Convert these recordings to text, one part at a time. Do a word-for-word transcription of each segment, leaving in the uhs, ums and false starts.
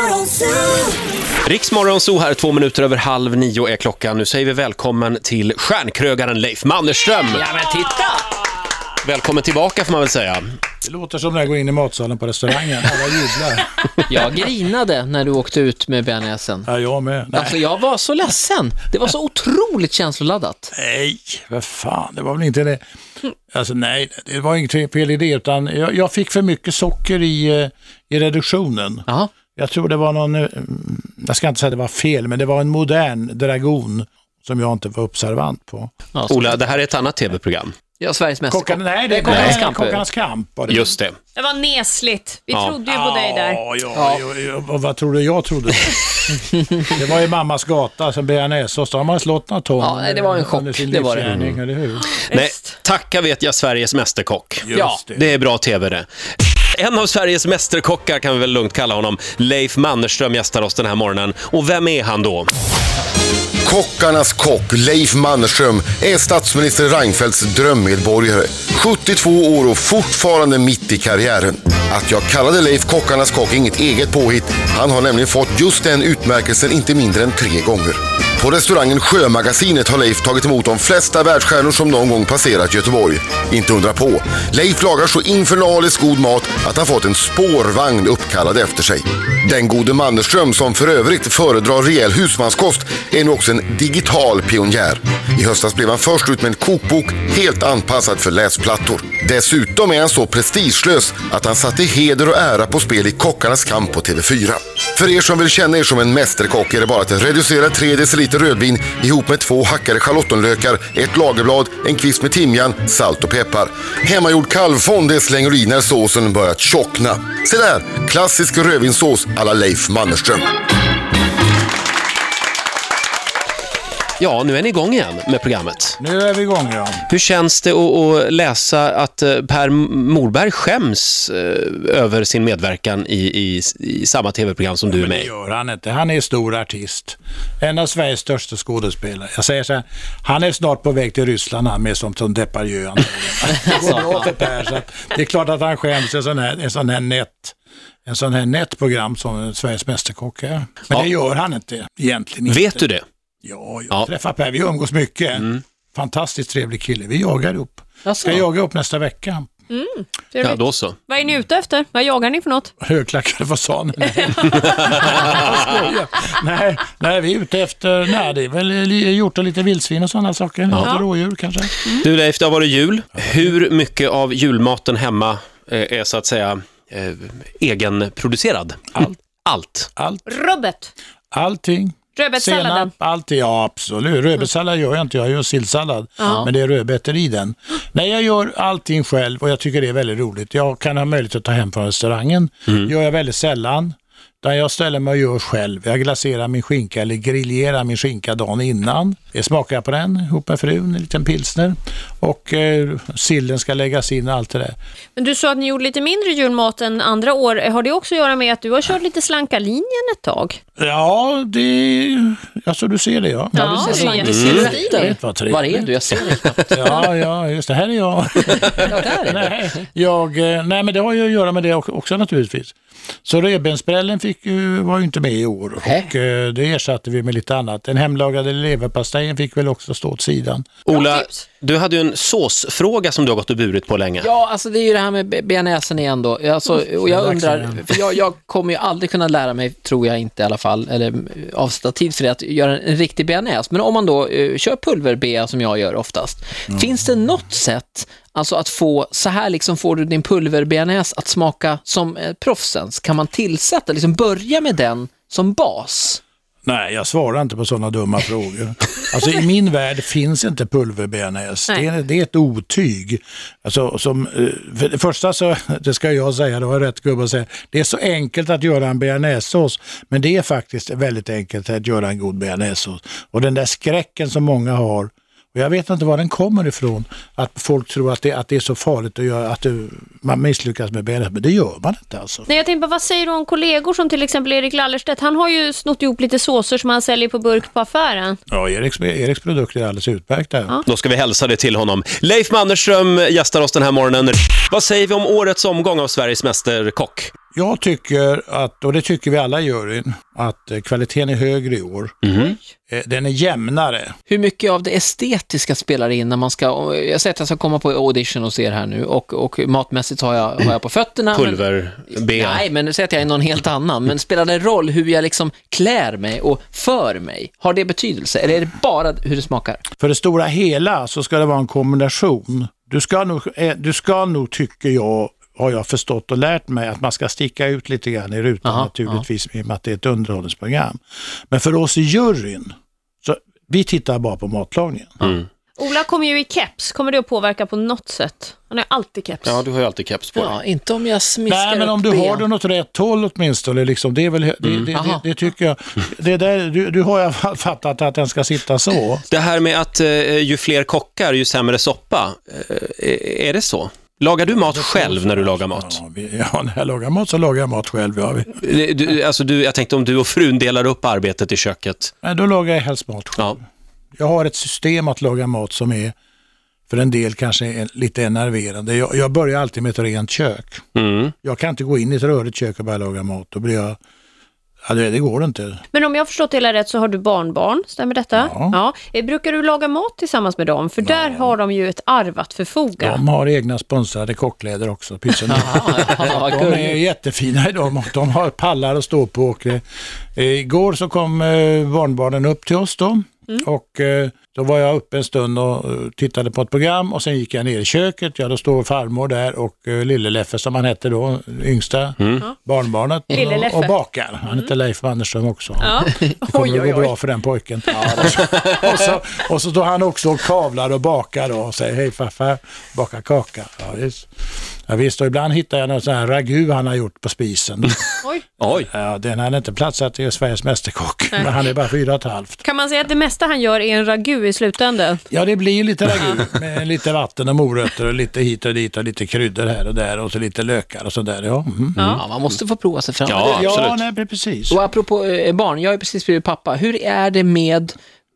Riks Morgonzoo här, två minuter över halv nio är klockan. Nu säger vi välkommen till stjärnkrögaren Leif Mannerström. Ja, men titta! Välkommen tillbaka får man väl säga. Det låter som när jag går in i matsalen på restaurangen. Alla jublar. Jag grinade när du åkte ut med bearnaisen. Ja, jag med. Nej. Alltså, jag var så ledsen. Det var så otroligt känsloladdat. Nej, vad fan, det var väl inte det. Alltså nej, det var inget fel i det, utan jag, jag fick för mycket socker i, i reduktionen. Aha. Jag tror det var någon, jag ska inte säga att det var fel, men det var en modern dragon som jag inte var observant på. Ja, så- Ola, det här är ett annat tv-program. Ja, Sveriges mästerkock. Kockarna, nej, det är Kockarnas nej, kamp. Kockarnas kamp. Var det. Just det. Det var nesligt. Vi Ja. trodde ju på dig där. Ja, ja, ja, ja, och vad trodde jag trodde? Det var ju mammas gata som bearnaisesås. Då har man slått några ton. Ja, nej, det var en chock. under sin Det var det. livsgärning, eller hur? Nej, Visst. tacka vet jag Sveriges mästerkock. Just Ja, det. Det är bra tv det. En av Sveriges mästerkockar kan vi väl lugnt kalla honom. Leif Mannerström gästar oss den här morgonen. Och vem är han då? Kockarnas kock Leif Mannerström är statsminister Reinfeldts drömmedborgare. sjuttiotvå år och fortfarande mitt i karriären. Att jag kallade Leif Kockarnas kock inget eget påhitt. Han har nämligen fått just den utmärkelsen inte mindre än tre gånger. På restaurangen Sjömagasinet har Leif tagit emot de flesta världsstjärnor som någon gång passerat Göteborg. Inte undra på. Leif lagar så infernaliskt god mat att han fått en spårvagn uppkallad efter sig. Den gode Mannerström, som för övrigt föredrar rejäl husmanskost, är nu också en digital pionjär. I höstas blev han först ut med en kokbok helt anpassad för läsplattor. Dessutom är han så prestigelös att han satte heder och ära på spel i Kockarnas kamp på T V fyra. För er som vill känna er som en mästerkock är det bara att reducera tre deciliter rödvin ihop med två hackade schalottenlökar, ett lagerblad, en kvist med timjan, salt och peppar. Hemmagjord kalvfond det slänger du i när såsen börjat tjockna. Se där, klassisk rödvinssås alla Leif Mannerström. Ja, nu är ni igång igen med programmet. Nu är vi igång, ja. Hur känns det att, att läsa att eh, Per Morberg skäms eh, över sin medverkan i, i, i samma tv-program som du är Men med det i? gör han inte. Han är stor artist. En av Sveriges största skådespelare. Jag säger så här, han är snart på väg till Ryssland, han med som, som Depardieu. Det går bra för Per, så att det är klart att han skäms en sån här, en sån här nätt. En sån här nättprogram som Sveriges mästerkock är. Men Ja. det gör han inte egentligen. Inte. Vet du det? Ja, jag Ja. träffar Per. Vi umgås mycket. Mm. Fantastiskt trevlig kille. Vi jagar upp. Alltså. Ska jaga upp nästa vecka. Ja, då så. Vad är ni ute efter? Vad jagar ni för något? Högklackade fasaner. Nej. Jag skojar. nej, nej, vi är ute efter, nej, det är väl gjort och lite vildsvin och sådana saker. Ja. Lite rådjur kanske. Du Leif, det har varit jul. Hur mycket av julmaten hemma eh, är så att säga eh, egenproducerad? Allt. Allt. Allt. Rubbet. Allting. Rödbetssalladen. Senap, allting, ja absolut. Rödbetssallad gör jag inte, jag gör sillsallad. Men det är rödbetor i den. Nej, jag gör allting själv och jag tycker det är väldigt roligt. Jag kan ha möjlighet att ta hem från restaurangen. Mm. Gör jag väldigt sällan. Där jag ställer mig och gör själv. Jag glaserar min skinka eller grillerar min skinka dagen innan. Jag smakar på den ihop med frun, en liten pilsner. Och eh, sillen ska läggas in och allt det där. Men du sa att ni gjorde lite mindre julmat än andra år. Har det också att göra med att du har kört lite slanka linjen ett tag? Ja, det... Alltså du ser det, ja. Ja, Du ser det är slank i jättestiligt. silhuetten. Vad trevligt. Var är du? Jag ser dig knappt. Ja, ja, just det. Här är jag. Ja, där är det. nej, jag, eh, nej, men det har ju att göra med det också naturligtvis. Så rödbensprällen fick ju, var ju inte med i år och eh, det ersatte vi med lite annat. Den hemlagade leverpastejen fick väl också stå åt sidan. Ola, tips. du hade ju en såsfråga som du har gått och burit på länge. Ja, alltså det är ju det här med be- bearnaisen igen då. Alltså, och jag undrar, för jag, jag kommer ju aldrig kunna lära mig, tror jag inte i alla fall, eller avsätta tid för det, att göra en, en riktig bearnaise. Men om man då uh, kör pulverbea som jag gör oftast, mm. finns det något sätt alltså att få, så här liksom får du din pulverbearnaise att smaka som eh, proffsens? Kan man tillsätta, liksom börja med den som bas? Nej, jag svarar inte på sådana dumma frågor. Alltså i min värld finns inte pulverbearnaise. Det är, det är ett otyg. Alltså, som, för det första så, det ska jag säga, det var rätt gubbe att säga, det är så enkelt att göra en bearnaisesås, men det är faktiskt väldigt enkelt att göra en god bearnaisesås. Och den där skräcken som många har, och jag vet inte var den kommer ifrån, att folk tror att det, att det är så farligt att, göra, att det, man misslyckas med bearnaise, men det gör man inte alltså. Nej, jag tänkte, vad säger du om kollegor som till exempel Erik Lallerstedt? Han har ju snott ihop lite såser som han säljer på burk på affären. Ja, Eriks, Eriks produkter är alldeles utmärkta. Ja. Då ska vi hälsa det till honom. Leif Mannerström gästar oss den här morgonen. Vad säger vi om årets omgång av Sveriges mästerkock? Jag tycker att, och det tycker vi alla i juryn, att kvaliteten är högre i år. Mm. Den är jämnare. Hur mycket av det estetiska spelar in när man ska... Jag säger att jag ska komma på audition och se det här nu. Och, och matmässigt har jag, har jag på fötterna. Pulver, men, ben. Nej, men säg att jag är någon helt annan. Men spelar det roll hur jag liksom klär mig och för mig? Har det betydelse? Eller är det bara hur det smakar? För det stora hela så ska det vara en kombination. Du ska nog, du ska nog tycker jag, har jag förstått och lärt mig, att man ska sticka ut lite grann i rutan. Aha, naturligtvis aha. I och med att det är ett underhållningsprogram. Men för oss i juryn, så vi tittar bara på matlagningen. Mm. Ola kommer ju i keps. Kommer det att påverka på något sätt? Han har alltid keps. Ja, du har ju alltid keps på dig. Ja, inte om jag smiskar Nej, men om du ben. har den åt rätt håll åtminstone, liksom, det är väl, det, mm. det, det, det tycker jag. Det där, du, du har ju fattat att den ska sitta så. Det här med att eh, ju fler kockar, ju sämre soppa. Eh, är det så? Lagar du mat själv när du lagar mat? Ja, vi, ja, när jag lagar mat så lagar jag mat själv. Ja, vi. Du, alltså du, jag tänkte om du och frun delar upp arbetet i köket. Nej, då lagar jag helst mat själv. Ja. Jag har ett system att laga mat som är för en del kanske är lite enerverande. Jag, jag börjar alltid med ett rent kök. Mm. Jag kan inte gå in i ett rörigt kök och börja laga mat. Då blir jag... Ja, det, det går inte. Men om jag har förstått hela rätt så har du barnbarn, stämmer detta? Ja. ja. Brukar du laga mat tillsammans med dem? För ja. där har de ju ett arv att förfoga. De har egna sponsrade kockkläder också. De är jättefina idag. De har pallar att stå på. Och, eh, igår så kom barnbarnen upp till oss då. Mm. Och eh, då var jag uppe en stund och tittade på ett program och sen gick jag ner i köket. Ja, då står farmor där och eh, Lille-Leffe som han hette då, yngsta mm. barnbarnet och, och bakar. Han heter Leif Mannerström också. Ja. Det kommer oj, oj, oj. att gå bra för den pojken. Ja, och, så, och så står han också och kavlar och bakar då, och säger hej farfar, baka kaka. Ja, visst. Ja, visst, och ibland hittar jag någon sån här ragu han har gjort på spisen. Oj. Oj. Ja, den har inte platsat till Sveriges mästerkock, men han är bara fyra och ett halvt. Kan man säga att det mesta han gör är en ragu i slutändan? Ja, det blir lite ragu med lite vatten och morötter och lite hit och dit och lite kryddor här och där och så lite lökar och sådär. Ja, mm. ja man måste få prova sig fram. Ja, absolut. Ja, nej, precis. Och apropå eh, barn, jag är precis blivit pappa. Hur är det med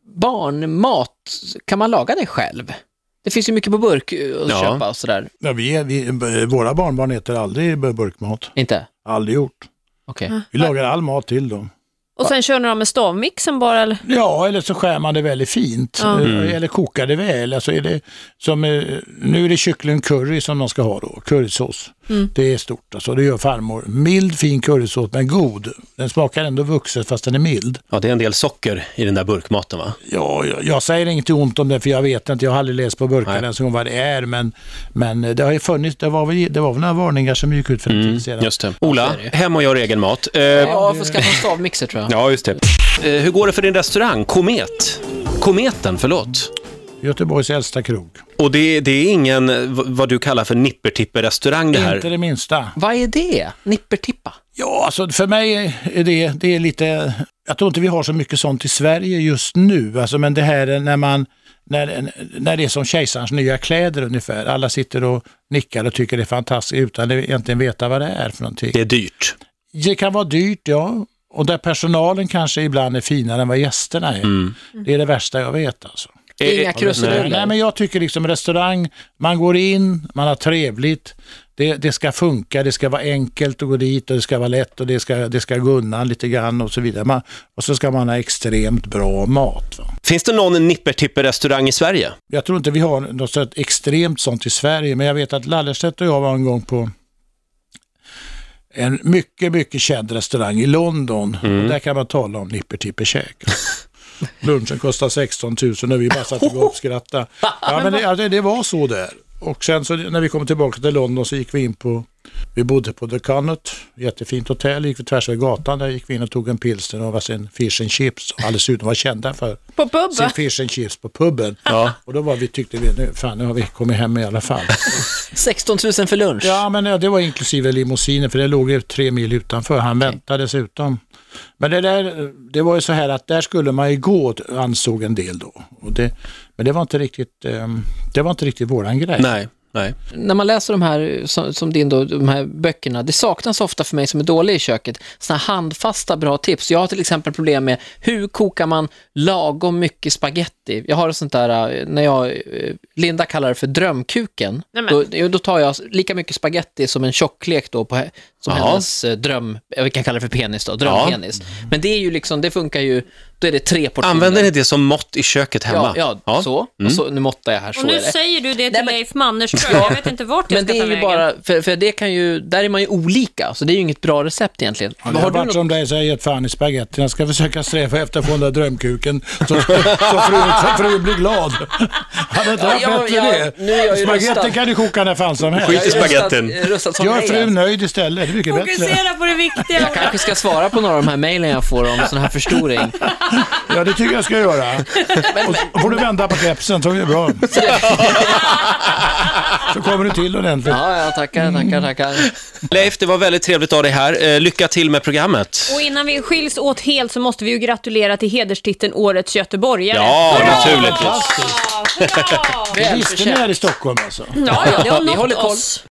barnmat? Kan man laga det själv? Det finns ju mycket på burk att ja. köpa och sådär. Ja, vi, vi, våra barnbarn äter aldrig burkmat. Inte? Aldrig gjort. Okej. Okay. Vi lagar all mat till dem. Och sen kör ni dem med stavmixen bara? Eller? Ja, eller så skär man det väldigt fint. Mm. Eller kokar det väl. Alltså är det som, nu är det kyckling curry som de ska ha då. Currysås. Mm. Det är stort. Alltså, det gör farmor. Mild, fin currysås, men god. Den smakar ändå vuxet fast den är mild. Ja, det är en del socker i den där burkmaten, va? Ja, jag, jag säger inget ont om det för jag vet inte. Jag har aldrig läst på burkarna ens vad det är. Men, men det har ju funnits, det var väl, det var väl några varningar som gick ut för en mm, tid sedan. Just det. Ola, hem och gör egen mat. Uh, ja, för skaffa en stavmixer tror jag. Ja, just det. Uh, hur går det för din restaurang? Komet. Kometen, förlåt. Göteborgs äldsta krog. Och det, det är ingen, vad du kallar för nippertipper-restaurang det här? Inte det minsta. Vad är det? Nippertippa? Ja, alltså för mig är det, det är lite... Jag tror inte vi har så mycket sånt i Sverige just nu. Alltså, men det här när man... När, när det är som kejsarens nya kläder ungefär. Alla sitter och nickar och tycker det är fantastiskt utan att egentligen veta vad det är för någonting. Det är dyrt. Det kan vara dyrt, ja. Och där personalen kanske ibland är finare än vad gästerna är. Mm. Det är det värsta jag vet alltså. Inga krusiduller. Nej, men jag tycker liksom restaurang, man går in, man har trevligt, det, det ska funka, det ska vara enkelt att gå dit och det ska vara lätt och det ska, det ska gå undan lite grann och så vidare. Man, och så ska man ha extremt bra mat. Va? Finns det någon nippertipper-restaurang i Sverige? Jag tror inte vi har något så extremt sånt i Sverige, men jag vet att Lallerstedt och jag var en gång på en mycket, mycket känd restaurang i London mm. och där kan man tala om nippertipperkäk. Lunchen kostar sexton tusen och vi bara satt och gav och skrattade. Ja, men det, ja, det, det var så där. Och sen så när vi kom tillbaka till London så gick vi in på, vi bodde på The Connaught, jättefint hotell, gick vi tvärs över gatan, där gick vi in och tog en pilsner och var sen fish and chips, och alldeles utom var kända för på pubben. Sin fish and chips på pubben. Ja. Och då var vi, tyckte vi, nu, fan nu har vi kommit hem i alla fall. sexton tusen för lunch? Ja, men ja, det var inklusive limousinen för det låg ju tre mil utanför, han okay. väntade dessutom. Men det, där, det var ju så här att där skulle man ju gå, ansåg en del då. Och det, men det var inte riktigt, det var inte riktigt våran grej. Nej. Nej. När man läser de här, som, som din då, de här böckerna, det saknas ofta för mig som är dålig i köket, såna handfasta bra tips. Jag har till exempel problem med hur kokar man lagom mycket spaghetti. Jag har ett sånt där, när jag, Linda kallar det för drömkuken, då, då tar jag lika mycket spaghetti som en tjocklek då på, som Aha. hennes dröm, vi kan kalla det för penis då, drömpenis. Ja. Men det är ju liksom, det funkar ju, då är det tre portioner. Använder ni det som mått i köket hemma? Ja, ja, ja. så. Mm. Och så, nu måttar jag här, så och nu är det. säger du det till Nej, men... Leif Mannerström, jag vet inte vart jag men ska det är ta ju vägen. bara, för, för det kan ju, där är man ju olika, så det är ju inget bra recept egentligen. Ja, det har, har varit något... som dig, så jag har gett fan i spagetti. Jag ska försöka sträva efter att få den där drömkuken så, så frun fru blir glad. Hade inte varit ja, bättre ja, det? Nu är jag ju spagetti röstad. kan du koka när fan som helst. Skit i spagettin. Gör frun nöjd istället, det är mycket Fokusera bättre. på det viktiga. Jag kanske ska svara på några av de här mejlen jag får om sån här förstoring. Ja, det tycker jag ska göra. Och, och får du vända på kepsen så är det bra. Så kommer du till ordentligt. Ja, ja, tackar, tackar, tackar. Leif, det var väldigt trevligt av dig här. Lycka till med programmet. Och innan vi skiljs åt helt så måste vi ju gratulera till hederstiteln Årets Göteborgare. Ja, naturligtvis. Ja, Det visste ni här i Stockholm alltså. ja, ja, det har Vi håller nått koll. oss.